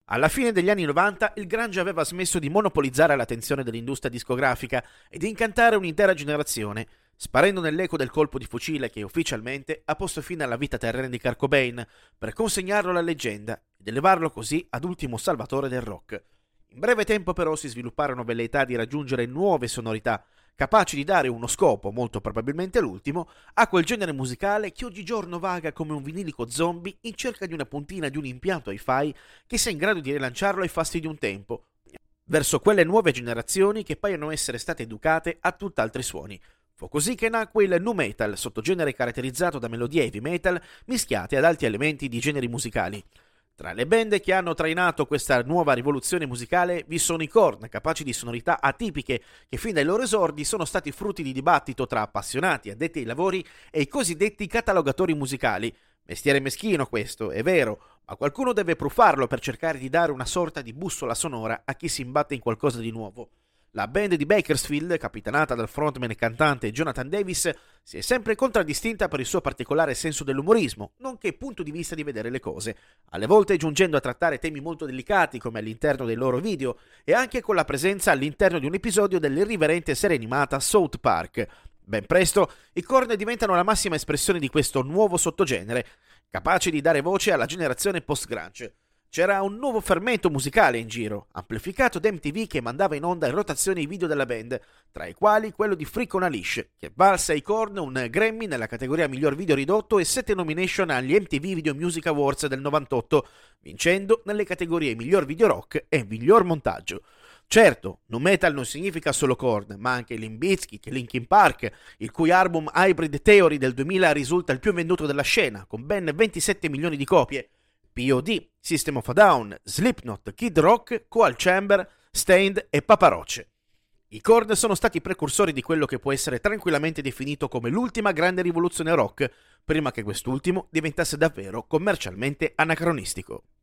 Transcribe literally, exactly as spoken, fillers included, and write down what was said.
Alla fine degli anni novanta il grunge aveva smesso di monopolizzare l'attenzione dell'industria discografica e di incantare un'intera generazione, sparendo nell'eco del colpo di fucile che ufficialmente ha posto fine alla vita terrena di Kurt Cobain per consegnarlo alla leggenda ed elevarlo così ad ultimo salvatore del rock. In breve tempo però si svilupparono velleità di raggiungere nuove sonorità, capaci di dare uno scopo, molto probabilmente l'ultimo, a quel genere musicale che oggigiorno vaga come un vinilico zombie in cerca di una puntina di un impianto hi-fi che sia in grado di rilanciarlo ai fasti di un tempo, verso quelle nuove generazioni che paiono essere state educate a tutt'altri suoni. Fu così che nacque il nu metal, sottogenere caratterizzato da melodie heavy metal mischiate ad altri elementi di generi musicali. Tra le band che hanno trainato questa nuova rivoluzione musicale vi sono i Korn, capaci di sonorità atipiche che fin dai loro esordi sono stati frutti di dibattito tra appassionati, addetti ai lavori e i cosiddetti catalogatori musicali. Mestiere meschino questo, è vero, ma qualcuno deve pruffarlo per cercare di dare una sorta di bussola sonora a chi si imbatte in qualcosa di nuovo. La band di Bakersfield, capitanata dal frontman e cantante Jonathan Davis, si è sempre contraddistinta per il suo particolare senso dell'umorismo, nonché punto di vista di vedere le cose, alle volte giungendo a trattare temi molto delicati come all'interno dei loro video e anche con la presenza all'interno di un episodio dell'irriverente serie animata South Park. Ben presto i Korn diventano la massima espressione di questo nuovo sottogenere, capace di dare voce alla generazione post-grunge. C'era un nuovo fermento musicale in giro, amplificato da M T V che mandava in onda in rotazione i video della band, tra i quali quello di Freak on a Leash, che valse ai Korn un Grammy nella categoria miglior video ridotto e sette nomination agli M T V Video Music Awards del novantotto, vincendo nelle categorie miglior video rock e miglior montaggio. Certo, nu metal non significa solo Korn, ma anche Limp Bizkit, Linkin Park, il cui album Hybrid Theory del duemila risulta il più venduto della scena, con ben ventisette milioni di copie, P O D, System of a Down, Slipknot, Kid Rock, Coal Chamber, Stained e Papa Roach. I Korn sono stati precursori di quello che può essere tranquillamente definito come l'ultima grande rivoluzione rock, prima che quest'ultimo diventasse davvero commercialmente anacronistico.